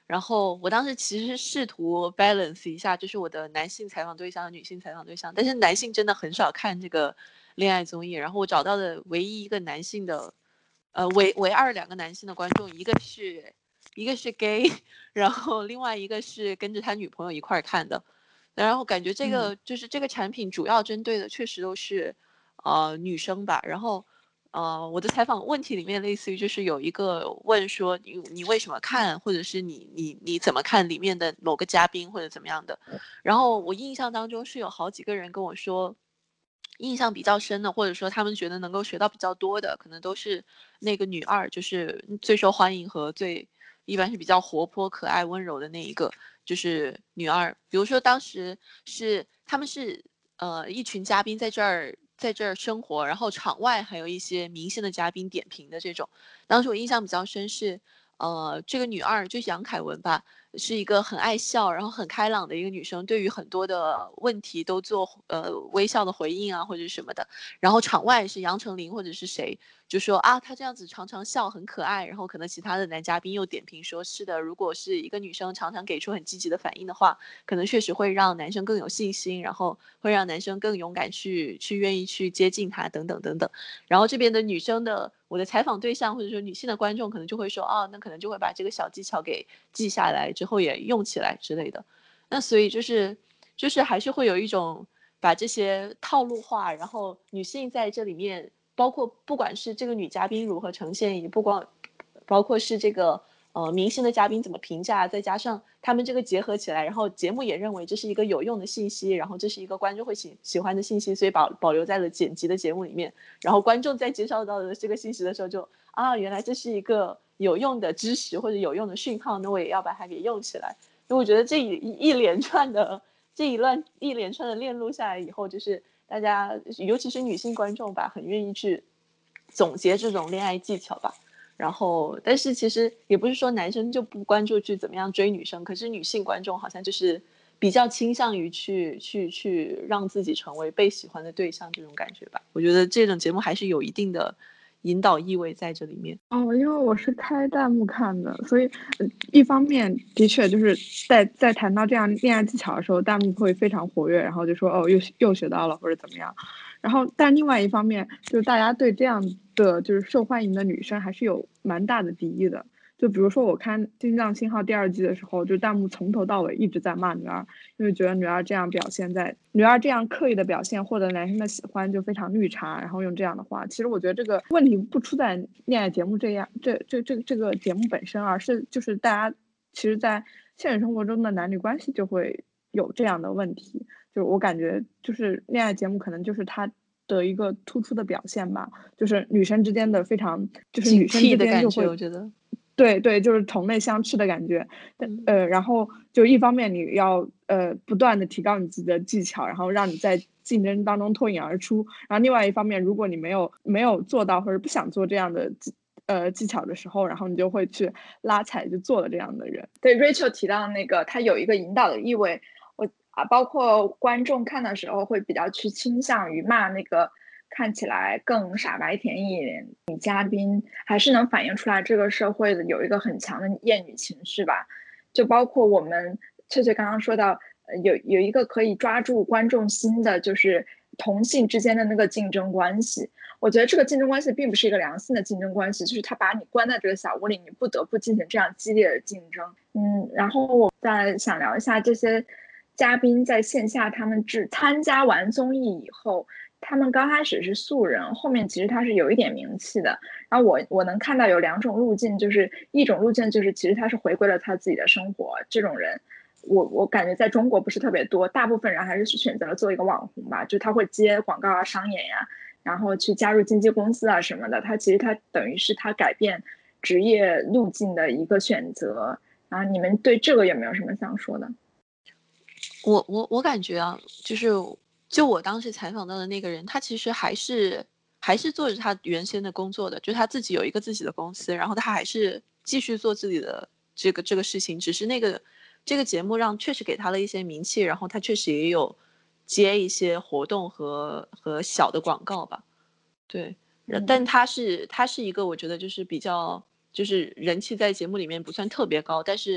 然后我当时其实试图 balance 一下，就是我的男性采访对象和女性采访对象，但是男性真的很少看这个恋爱综艺，然后我找到的唯一一个男性的，呃，唯唯二两个男性的观众，一个是一个是 gay， 然后另外一个是跟着他女朋友一块儿看的，然后感觉这个、嗯、就是这个产品主要针对的确实都是呃女生吧，然后。呃，我的采访问题里面类似于就是有一个问说你你为什么看，或者是你你你怎么看里面的某个嘉宾或者怎么样的，然后我印象当中是有好几个人跟我说，印象比较深的，或者说他们觉得能够学到比较多的，可能都是那个女二，就是最受欢迎和最一般是比较活泼可爱温柔的那一个，就是女二。比如说当时是他们是呃一群嘉宾在这儿。在这儿生活，然后场外还有一些明星的嘉宾点评的这种。当时我印象比较深是，呃，这个女二就是杨凯文吧，是一个很爱笑，然后很开朗的一个女生，对于很多的问题都做呃微笑的回应啊，或者什么的。然后场外是杨丞琳或者是谁，就说啊，她这样子常常笑很可爱。然后可能其他的男嘉宾又点评说，是的，如果是一个女生常常给出很积极的反应的话，可能确实会让男生更有信心，然后会让男生更勇敢去去愿意去接近她等等等等。然后这边的女生的我的采访对象或者说女性的观众可能就会说，哦，那可能就会把这个小技巧给记下来，之后也用起来之类的。那所以就是就是还是会有一种把这些套路化，然后女性在这里面，包括不管是这个女嘉宾如何呈现，也不光包括是这个呃明星的嘉宾怎么评价，再加上他们这个结合起来，然后节目也认为这是一个有用的信息，然后这是一个观众会喜喜欢的信息，所以保保留在了剪辑的节目里面。然后观众在接收到的这个信息的时候就，啊，原来这是一个有用的知识或者有用的讯号，那我也要把它给用起来。因为我觉得这一一连串的这一乱一连串的链路下来以后，就是大家尤其是女性观众吧，很愿意去总结这种恋爱技巧吧。然后但是其实也不是说男生就不关注去怎么样追女生，可是女性观众好像就是比较倾向于去去去让自己成为被喜欢的对象这种感觉吧。我觉得这种节目还是有一定的引导意味在这里面。 哦，因为我是开弹幕看的，所以、呃、一方面的确就是在在谈到这样恋爱技巧的时候，弹幕会非常活跃，然后就说哦又又学到了或者怎么样。然后但另外一方面就是大家对这样的就是受欢迎的女生还是有蛮大的敌意的。就比如说我看《心脏信号》第二季的时候，就弹幕从头到尾一直在骂女二，因为觉得女二这样表现在女二这样刻意的表现获得男生的喜欢就非常绿茶，然后用这样的话。其实我觉得这个问题不出在恋爱节目这样这这这这个节目本身，而是就是大家其实在现实生活中的男女关系就会有这样的问题。就我感觉就是恋爱节目可能就是它的一个突出的表现吧，就是女生之间的非常就是女生之间就会我觉得对对，就是同类相斥的感觉。但呃，然后就一方面你要呃不断的提高你自己的技巧，然后让你在竞争当中脱颖而出。然后另外一方面，如果你没有没有做到或者不想做这样的呃技巧的时候，然后你就会去拉踩就做了这样的人。 对 Rachel 提到那个，它有一个引导的意味。我啊，包括观众看的时候会比较去倾向于骂那个看起来更傻白甜一点女嘉宾，还是能反映出来这个社会的有一个很强的厌女情绪吧。就包括我们翠翠刚刚说到，呃、有有一个可以抓住观众心的，就是同性之间的那个竞争关系。我觉得这个竞争关系并不是一个良性的竞争关系，就是他把你关在这个小屋里，你不得不进行这样激烈的竞争。嗯，然后我再想聊一下这些嘉宾在线下，他们只参加完综艺以后，他们刚开始是素人，后面其实他是有一点名气的。然后我我能看到有两种路径，就是一种路径就是其实他是回归了他自己的生活，这种人我我感觉在中国不是特别多，大部分人还是选择了做一个网红吧，就他会接广告啊、商演呀、啊，然后去加入经纪公司啊什么的。他其实他等于是他改变职业路径的一个选择。然后你们对这个有没有什么想说的？ 我我我感觉啊，就是就我当时采访到的那个人，他其实还是还是做着他原先的工作的，就是他自己有一个自己的公司，然后他还是继续做自己的这个这个事情，只是那个这个节目让确实给他了一些名气，然后他确实也有接一些活动和和小的广告吧，对，但他是他是一个我觉得就是比较就是人气在节目里面不算特别高，但是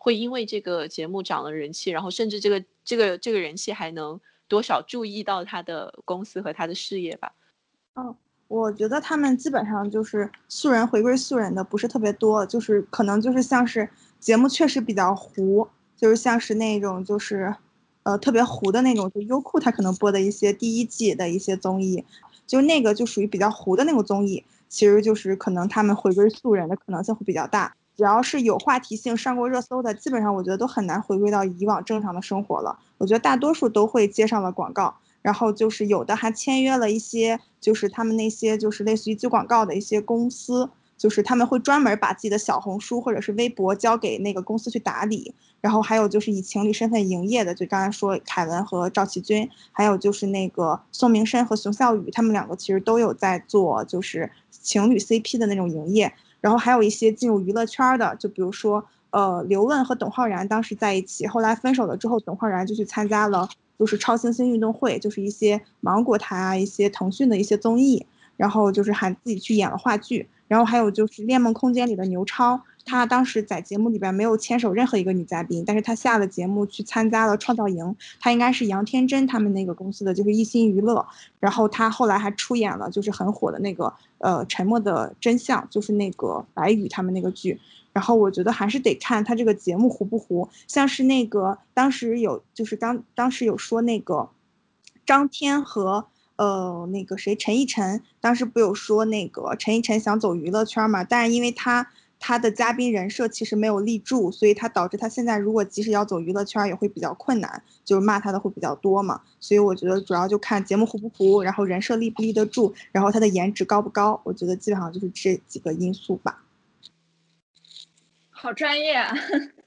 会因为这个节目涨了人气，然后甚至这个这个这个人气还能多少注意到他的公司和他的事业吧。 嗯，我觉得他们基本上就是素人回归素人的不是特别多，就是可能就是像是节目确实比较糊，就是像是那种就是呃特别糊的那种，就优酷它可能播的一些第一季的一些综艺，就那个就属于比较糊的那种综艺，其实就是可能他们回归素人的可能性会比较大。只要是有话题性上过热搜的，基本上我觉得都很难回归到以往正常的生活了。我觉得大多数都会接上了广告。然后就是有的还签约了一些，就是他们那些就是类似于接广告的一些公司，就是他们会专门把自己的小红书或者是微博交给那个公司去打理。然后还有就是以情侣身份营业的，就刚才说凯文和赵启军，还有就是那个宋明申和熊孝宇，他们两个其实都有在做就是情侣 C P 的那种营业。然后还有一些进入娱乐圈的，就比如说呃刘问和董浩然当时在一起，后来分手了之后，董浩然就去参加了就是超新星运动会，就是一些芒果台啊，一些腾讯的一些综艺，然后就是还自己去演了话剧。然后还有就是《恋梦空间》里的牛超，他当时在节目里边没有牵手任何一个女嘉宾，但是他下了节目去参加了创造营，他应该是杨天真他们那个公司的，就是一心娱乐。然后他后来还出演了就是很火的那个呃《沉默的真相》，就是那个白宇他们那个剧。然后我觉得还是得看他这个节目糊不糊，像是那个当时有就是当当时有说那个张天和呃那个谁陈奕晨，当时不有说那个陈奕晨想走娱乐圈嘛，但是因为他他的嘉宾人设其实没有立住，所以他导致他现在如果即使要走娱乐圈也会比较困难，就是骂他的会比较多嘛。所以我觉得主要就看节目糊不糊，然后人设立不立得住，然后他的颜值高不高，我觉得基本上就是这几个因素吧。 好专业啊！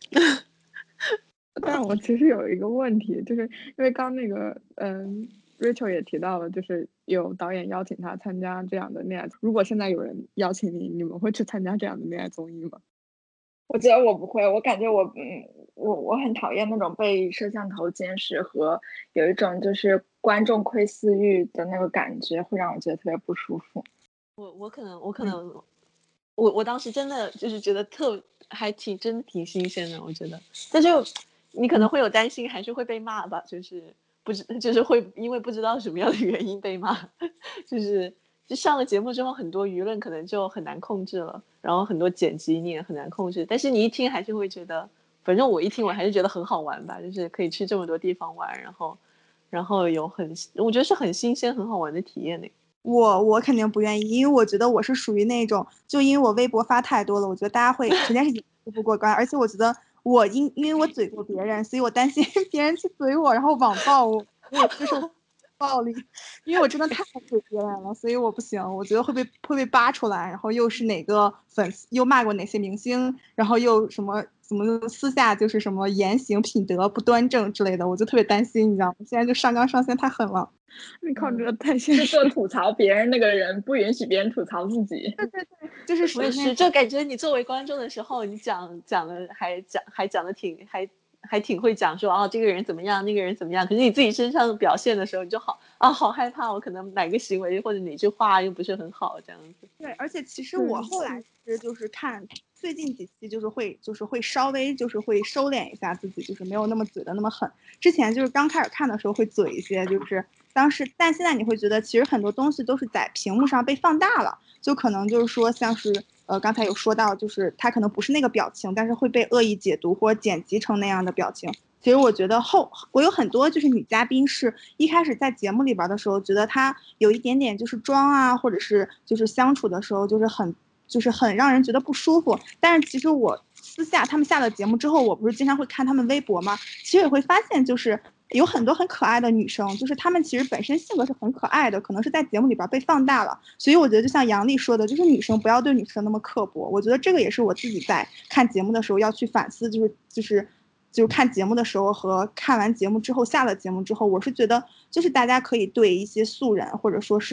但我其实有一个问题，就是因为刚那个嗯，Rachel 也提到了，就是有导演邀请他参加这样的恋爱。如果现在有人邀请你，你们会去参加这样的恋爱综艺吗？ 我觉得我不会，我感觉我嗯，我我很讨厌那种被摄像头监视和有一种就是观众窥私欲的那个感觉，会让我觉得特别不舒服。 我我可能我可能、嗯、我我当时真的就是觉得特还挺真的挺新鲜的，我觉得，但就你可能会有担心，还是会被骂吧，就是不知就是会因为不知道什么样的原因被骂，就是就上了节目之后，很多舆论可能就很难控制了，然后很多剪辑你也很难控制，但是你一听还是会觉得，反正我一听我还是觉得很好玩吧，就是可以去这么多地方玩，然后然后有很我觉得是很新鲜很好玩的体验呢。 我我肯定不愿意，因为我觉得我是属于那种，就因为我微博发太多了，我觉得大家会首先是不不过关，而且我觉得我因因为我嘴过别人，所以我担心别人去怼我，然后网暴我，我接受暴力，因为我真的太怼别人了，所以我不行，我觉得会被会被扒出来，然后又是哪个粉丝又骂过哪些明星，然后又什么怎么私下就是什么言行品德不端正之类的，我就特别担心，你知道吗？现在就上纲上线太狠了。 你靠，这个太现实。 是做吐槽别人那个人，不允许别人吐槽自己。 对对对，就是属我也是， 于那就感觉你作为观众的时候，你讲讲的还讲还讲的挺还还挺会讲说，哦这个人怎么样，那个人怎么样，可是你自己身上表现的时候，你就好啊好害怕，我可能哪个行为或者哪句话又不是很好这样子。 对，而且其实我后来其实就是看最近几期，就是会就是会稍微就是会收敛一下自己，就是没有那么嘴的那么狠。之前就是刚开始看的时候会嘴一些，就是当时，但现在你会觉得其实很多东西都是在屏幕上被放大了，就可能就是说像是呃刚才有说到，就是他可能不是那个表情，但是会被恶意解读或者剪辑成那样的表情。其实我觉得后我有很多就是女嘉宾是一开始在节目里边的时候，觉得她有一点点就是装啊，或者是就是相处的时候就是很就是很让人觉得不舒服。但是其实我私下他们下了节目之后，我不是经常会看他们微博吗？其实也会发现就是有很多很可爱的女生，就是她们其实本身性格是很可爱的，可能是在节目里边被放大了。所以我觉得就像杨丽说的，就是女生不要对女生那么刻薄。我觉得这个也是我自己在看节目的时候要去反思，就是就是。就是看节目的时候和看完节目之后下了节目之后，我是觉得就是大家可以对一些素人或者说是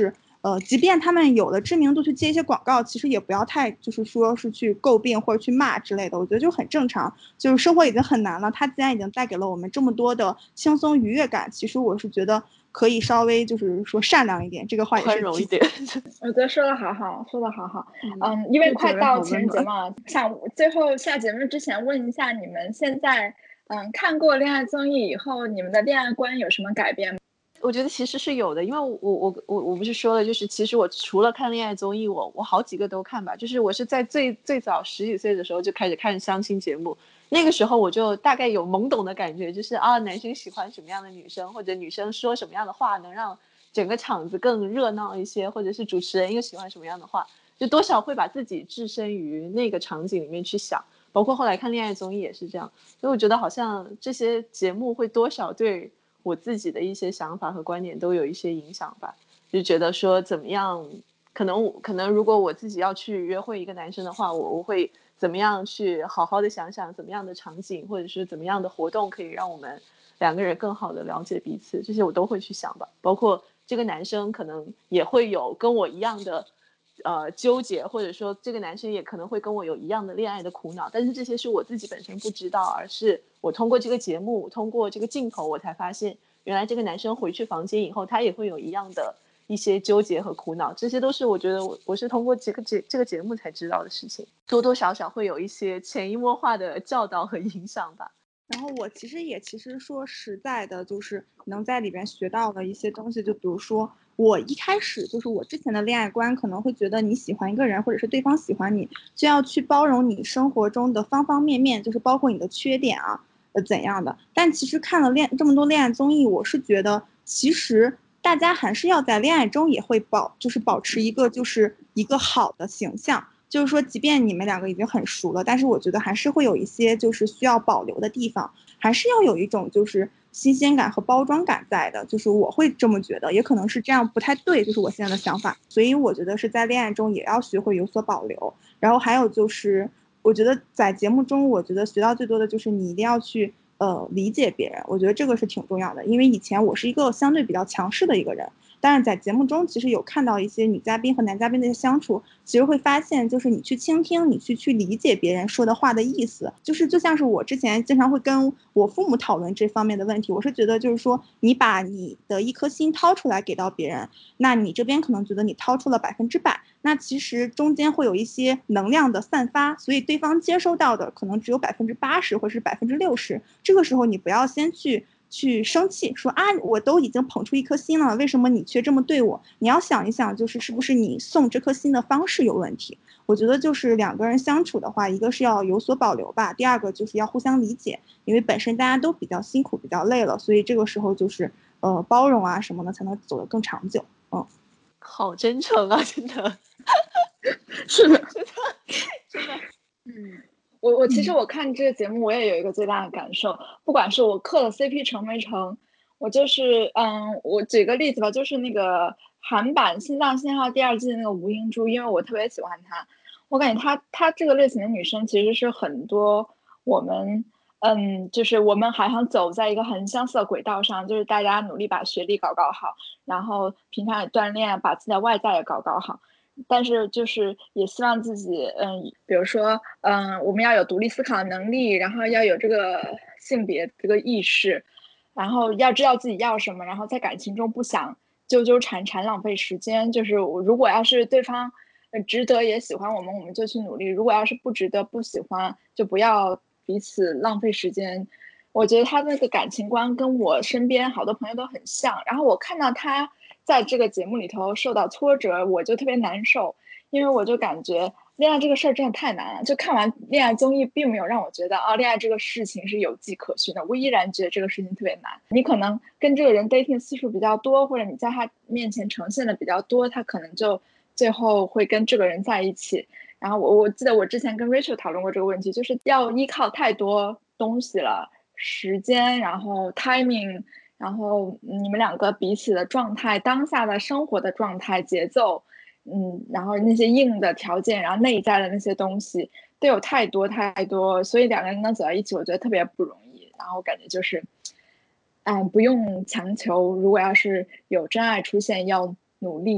呃，即便他们有了知名度去接一些广告，其实也不要太就是说是去诟病或者去骂之类的，我觉得就很正常。就是生活已经很难了，他既然已经带给了我们这么多的轻松愉悦感，其实我是觉得可以稍微就是说善良一点，这个话也是宽容一点。 我觉得说的好好，说的好好。嗯，因为快到情人节嘛，想最后下节目之前问一下你们现在，嗯，看过恋爱综艺以后，你们的恋爱观有什么改变吗？ 我觉得其实是有的，因为我我我我不是说了，就是其实我除了看恋爱综艺，我我好几个都看吧。就是我是在最最早十几岁的时候就开始看相亲节目，那个时候我就大概有懵懂的感觉，就是啊，男生喜欢什么样的女生，或者女生说什么样的话能让整个场子更热闹一些，或者是主持人又喜欢什么样的话，就多少会把自己置身于那个场景里面去想。包括后来看恋爱综艺也是这样，所以我觉得好像这些节目会多少对我自己的一些想法和观点都有一些影响吧。就觉得说怎么样，可能可能如果我自己要去约会一个男生的话，我我会怎么样去好好的想想怎么样的场景或者是怎么样的活动可以让我们两个人更好的了解彼此，这些我都会去想吧。包括这个男生可能也会有跟我一样的呃纠结，或者说这个男生也可能会跟我有一样的恋爱的苦恼，但是这些是我自己本身不知道，而是我通过这个节目通过这个镜头我才发现原来这个男生回去房间以后他也会有一样的一些纠结和苦恼，这些都是我觉得我我是通过这个节这个节目才知道的事情，多多少少会有一些潜移默化的教导和影响吧。 然后我其实也其实说实在的，就是能在里边学到的一些东西，就比如说我一开始就是我之前的恋爱观可能会觉得你喜欢一个人或者是对方喜欢你，就要去包容你生活中的方方面面，就是包括你的缺点啊，呃怎样的。但其实看了恋这么多恋爱综艺，我是觉得其实大家还是要在恋爱中也会保就是保持一个就是一个好的形象。就是说即便你们两个已经很熟了，但是我觉得还是会有一些就是需要保留的地方，还是要有一种就是新鲜感和包装感在的，就是我会这么觉得，也可能是这样不太对，就是我现在的想法。所以我觉得是在恋爱中也要学会有所保留。然后还有就是我觉得在节目中我觉得学到最多的就是你一定要去呃理解别人，我觉得这个是挺重要的。因为以前我是一个相对比较强势的一个人，但是在节目中其实有看到一些女嘉宾和男嘉宾的相处，其实会发现就是你去倾听，你去去理解别人说的话的意思，就是就像是我之前经常会跟我父母讨论这方面的问题，我是觉得就是说你把你的一颗心掏出来给到别人，那你这边可能觉得你掏出了百分之百，那其实中间会有一些能量的散发，所以对方接收到的可能只有百分之八十或是百分之六十，这个时候你不要先去去生气说啊，我都已经捧出一颗心了，为什么你却这么对我？你要想一想，就是是不是你送这颗心的方式有问题？我觉得就是两个人相处的话，一个是要有所保留吧，第二个就是要互相理解，因为本身大家都比较辛苦、比较累了，所以这个时候就是呃包容啊什么的，才能走得更长久。嗯， 好真诚啊，真的， 是的， 真的，真的， 嗯。我我其实我看这个节目，我也有一个最大的感受，不管是我磕了 C P 成没成，我就是嗯，我举个例子吧，就是那个韩版《心脏信号》第二季的那个吴英珠，因为我特别喜欢她，我感觉她她这个类型的女生其实是很多我们嗯，就是我们好像走在一个很相似的轨道上，就是大家努力把学历搞搞好，然后平常也锻炼，把自己的外在也搞搞好。但是就是也希望自己，嗯，比如说，嗯，我们要有独立思考的能力，然后要有这个性别这个意识，然后要知道自己要什么，然后在感情中不想纠纠缠缠浪费时间。就是我如果要是对方，呃，值得也喜欢我们，我们就去努力；如果要是不值得不喜欢，就不要彼此浪费时间。我觉得他那个感情观跟我身边好多朋友都很像，然后我看到他在这个节目里头受到挫折，我就特别难受，因为我就感觉恋爱这个事儿真的太难了。就看完恋爱综艺，并没有让我觉得啊，恋爱这个事情是有迹可循的，我依然觉得这个事情特别难。你可能跟这个人 dating 次数比较多，或者你在他面前呈现的比较多，他可能就最后会跟这个人在一起。然后我我记得我之前跟 Rachel 讨论过这个问题，就是要依靠太多东西了。时间，然后 timing，然后你们两个彼此的状态，当下的生活的状态、节奏，嗯，然后那些硬的条件，然后内在的那些东西都有太多太多，所以两个人能走在一起，我觉得特别不容易。然后我感觉就是，嗯，不用强求，如果要是有真爱出现，要努力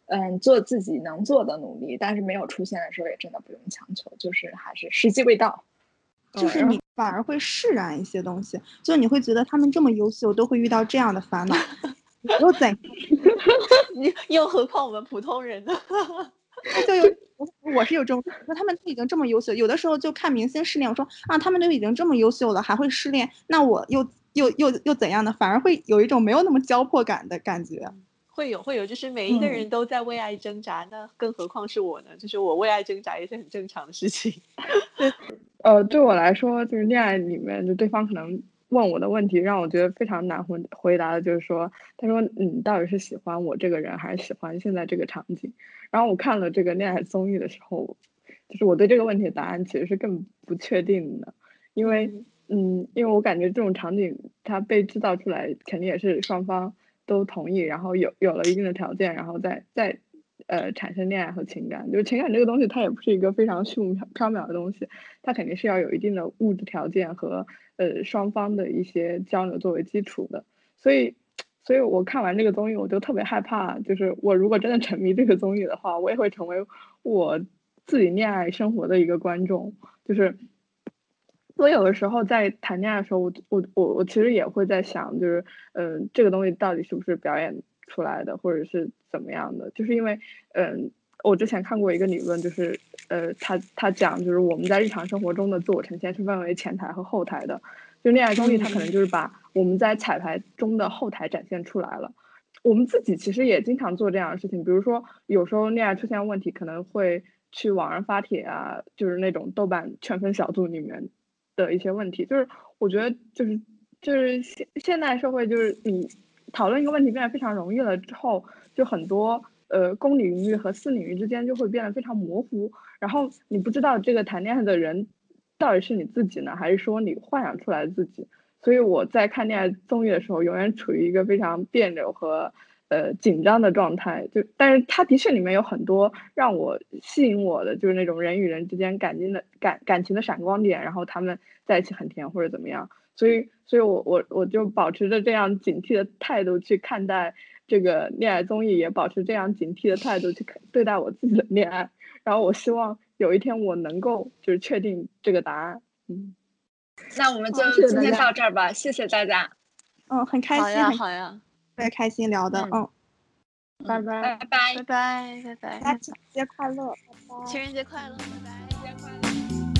嗯，做自己能做的努力，但是没有出现的时候也真的不用强求，就是还是时机未到。 就是你反而会释然一些东西，就你会觉得他们这么优秀都会遇到这样的烦恼，又怎你又何况我们普通人呢？ 就有我是有这种，说他们都已经这么优秀，有的时候就看明星失恋，我说啊，他们都已经这么优秀了，还会失恋，那我又又又又怎样呢？反而会有一种没有那么焦迫感的感觉。 会有会有，就是每一个人都在为爱挣扎，嗯、那更何况是我呢？就是我为爱挣扎也是很正常的事情。 呃，对我来说，就是恋爱里面，就对方可能问我的问题，让我觉得非常难回回答的，就是说，他说你到底是喜欢我这个人，还是喜欢现在这个场景？然后我看了这个恋爱综艺的时候，就是我对这个问题的答案其实是更不确定的，因为嗯，嗯，因为我感觉这种场景它被制造出来，肯定也是双方都同意，然后有有了一定的条件，然后再再呃产生恋爱和情感。就是情感这个东西，它也不是一个非常虚无缥缈的东西，它肯定是要有一定的物质条件和呃双方的一些交流作为基础的。所以，所以我看完这个综艺，我就特别害怕，就是我如果真的沉迷这个综艺的话，我也会成为我自己恋爱生活的一个观众，就是。我有的时候在谈恋爱的时候，我我我我其实也会在想，就是嗯、呃，这个东西到底是不是表演出来的，或者是怎么样的？就是因为嗯、呃，我之前看过一个理论，就是呃，他他讲就是我们在日常生活中的自我呈现是分为前台和后台的，就恋爱综艺它可能就是把我们在彩排中的后台展现出来了。我们自己其实也经常做这样的事情，比如说有时候恋爱出现问题，可能会去网上发帖啊，就是那种豆瓣劝分小组里面的一些问题，就是我觉得就是就是现现代社会，就是你讨论一个问题变得非常容易了之后，就很多呃公领域和私领域之间就会变得非常模糊，然后你不知道这个谈恋爱的人到底是你自己呢，还是说你幻想出来的自己。所以我在看恋爱综艺的时候，永远处于一个非常别扭和呃紧张的状态。就但是它的确里面有很多让我吸引我的，就是那种人与人之间感情的感感情的闪光点，然后他们在一起很甜或者怎么样。所以，所以我我我就保持着这样警惕的态度去看待这个恋爱综艺，也保持这样警惕的态度去对待我自己的恋爱。然后我希望有一天我能够就是确定这个答案。嗯。 那我们就今天到这儿吧，谢谢大家。 嗯，很开心， 好呀，好呀， 特别开心聊的，嗯， 拜拜， 拜拜， 拜拜，拜拜， 大家情人节快乐，拜拜， 情人节快乐，拜拜， 情人节快乐。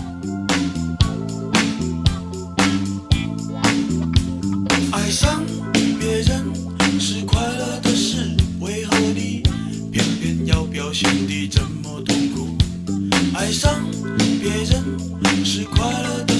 爱上别人是快乐的事，为何你偏偏要表现得这么痛苦？爱上别人是快乐的